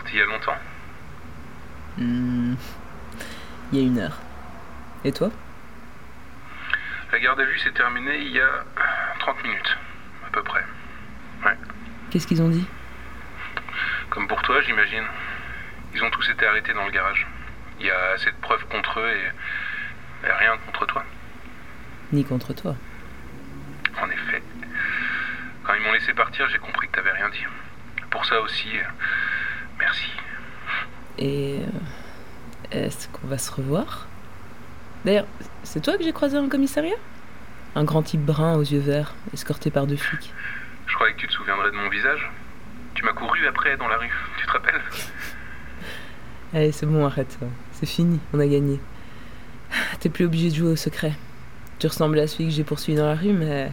C'était il y a longtemps? Il y a 1 heure. Et toi? La garde à vue s'est terminée il y a 30 minutes, à peu près. Ouais. Qu'est-ce qu'ils ont dit? Comme pour toi, j'imagine. Ils ont tous été arrêtés dans le garage. Il y a assez de preuves contre eux et rien contre toi. Ni contre toi. En effet. Quand ils m'ont laissé partir, j'ai compris que t'avais rien dit. Pour ça aussi, merci. Et est-ce qu'on va se revoir? D'ailleurs, c'est toi que j'ai croisé dans le commissariat? Un grand type brun aux yeux verts, escorté par 2 flics. Je croyais que tu te souviendrais de mon visage. Tu m'as couru après dans la rue, tu te rappelles? Allez, c'est bon, arrête. C'est fini, on a gagné. T'es plus obligé de jouer au secret. Tu ressemblais à celui que j'ai poursuivi dans la rue, mais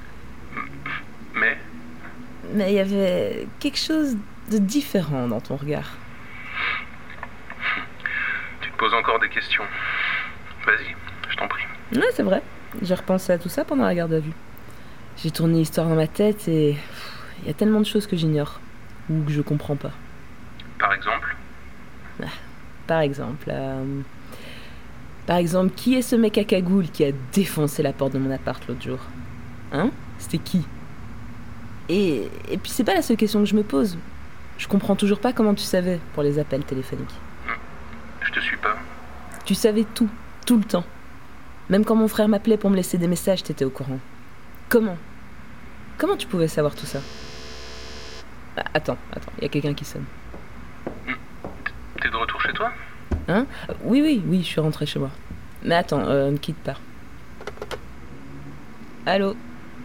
il y avait quelque chose de différent dans ton regard. Tu te poses encore des questions. Vas-y, je t'en prie. Ouais, c'est vrai. J'ai repensé à tout ça pendant la garde à vue. J'ai tourné l'histoire dans ma tête et il y a tellement de choses que j'ignore ou que je comprends pas. Par exemple? Par exemple, qui est ce mec à cagoule qui a défoncé la porte de mon appart l'autre jour? Hein? C'était qui? Et puis c'est pas la seule question que je me pose. Je comprends toujours pas comment tu savais pour les appels téléphoniques. Je te suis pas. Tu savais tout le temps. Même quand mon frère m'appelait pour me laisser des messages, t'étais au courant. Comment tu pouvais savoir tout ça? Attends, il y a quelqu'un qui sonne. T'es de retour chez toi? Hein? Oui, je suis rentrée chez moi. Mais attends, ne quitte pas. Allô,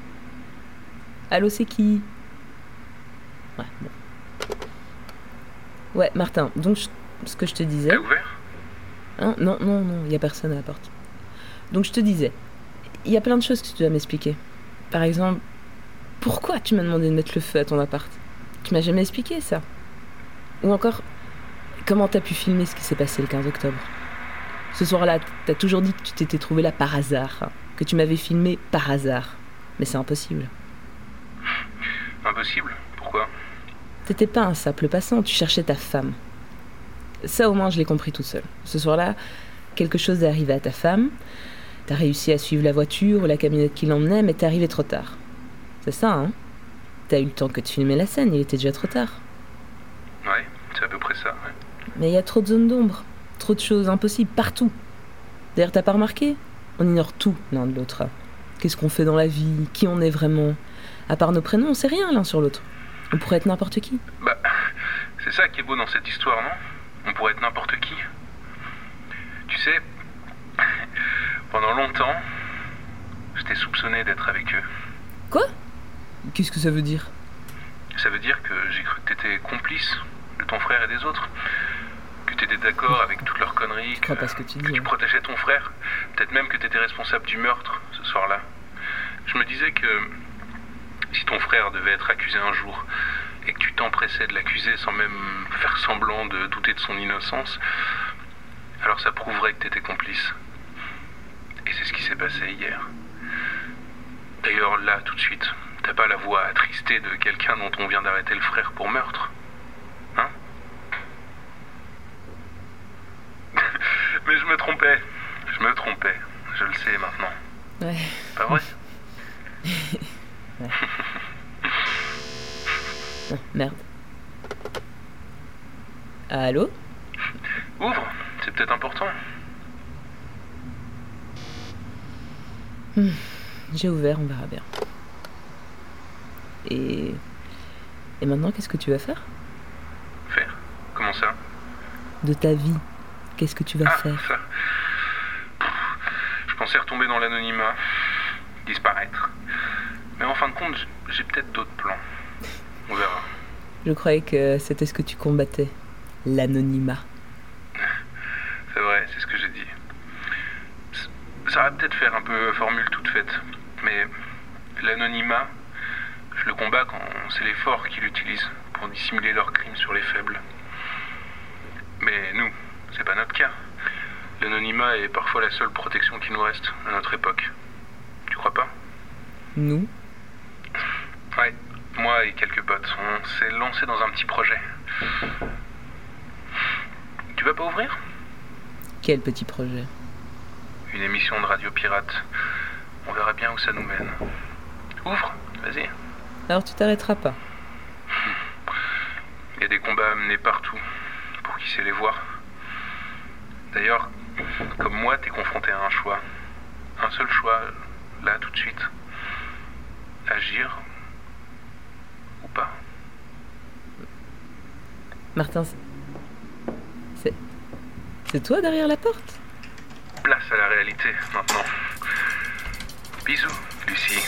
c'est qui? Ouais, bon. Ouais, Martin, donc ce que je te disais... T'as ouvert? Hein? Non, il y a personne à la porte. Donc je te disais, il y a plein de choses que tu dois m'expliquer. Par exemple, pourquoi tu m'as demandé de mettre le feu à ton appart? Tu m'as jamais expliqué ça. Ou encore, comment t'as pu filmer ce qui s'est passé le 15 octobre? Ce soir-là, t'as toujours dit que tu t'étais trouvé là par hasard, hein, que tu m'avais filmé par hasard. Mais c'est impossible. Impossible? Pourquoi? T'étais pas un simple passant, tu cherchais ta femme. Ça au moins je l'ai compris tout seul. Ce soir-là, quelque chose est arrivé à ta femme. T'as réussi à suivre la voiture ou la camionnette qui l'emmenait, mais t'es arrivé trop tard. C'est ça, hein? T'as eu le temps que de filmer la scène, il était déjà trop tard. Ouais, c'est à peu près ça, ouais. Mais il y a trop de zones d'ombre, trop de choses impossibles, partout. D'ailleurs, t'as pas remarqué? On ignore tout l'un de l'autre. Qu'est-ce qu'on fait dans la vie? Qui on est vraiment? À part nos prénoms, on sait rien l'un sur l'autre. On pourrait être n'importe qui. Bah, c'est ça qui est beau dans cette histoire, non? On pourrait être n'importe qui. Tu sais, pendant longtemps, je t'ai soupçonné d'être avec eux. Quoi? Qu'est-ce que ça veut dire? Ça veut dire que j'ai cru que t'étais complice de ton frère et des autres. Que t'étais d'accord avec toutes leurs conneries. Je crois pas ce que tu dis. Que tu protégeais ton frère. Peut-être même que t'étais responsable du meurtre ce soir-là. Je me disais que si ton frère devait être accusé un jour et que tu t'empressais de l'accuser sans même faire semblant de douter de son innocence, alors ça prouverait que t'étais complice. Et c'est ce qui s'est passé hier. D'ailleurs, là, tout de suite, t'as pas la voix attristée de quelqu'un dont on vient d'arrêter le frère pour meurtre? Hein? Mais je me trompais. Je le sais maintenant. Ouais. Pas vrai? Ouais. Ah, merde. Allô? Ouvre, c'est peut-être important. J'ai ouvert, on verra bien. Et maintenant, qu'est-ce que tu vas faire? Faire? Comment ça? De ta vie, qu'est-ce que tu vas faire? Ça. Je pensais retomber dans l'anonymat, disparaître. Mais en fin de compte, j'ai peut-être d'autres plans. On verra. Je croyais que c'était ce que tu combattais, l'anonymat. C'est vrai, c'est ce que j'ai dit. Ça va peut-être faire un peu formule toute faite, mais l'anonymat, je le combats quand c'est les forts qui l'utilisent pour dissimuler leurs crimes sur les faibles. Mais nous, c'est pas notre cas. L'anonymat est parfois la seule protection qui nous reste à notre époque. Tu crois pas? Nous? Ouais, moi et quelques potes, on s'est lancé dans un petit projet. Tu vas pas ouvrir? Quel petit projet? Une émission de radio pirate. On verra bien où ça nous mène. Ouvre, vas-y. Alors tu t'arrêteras pas. Il y a des combats à mener partout, pour qui sait les voir. D'ailleurs, comme moi, t'es confronté à un choix. Un seul choix, là, tout de suite. Agir ou pas. Martin, c'est toi derrière la porte? Place à la réalité, maintenant. Bisous, Lucie.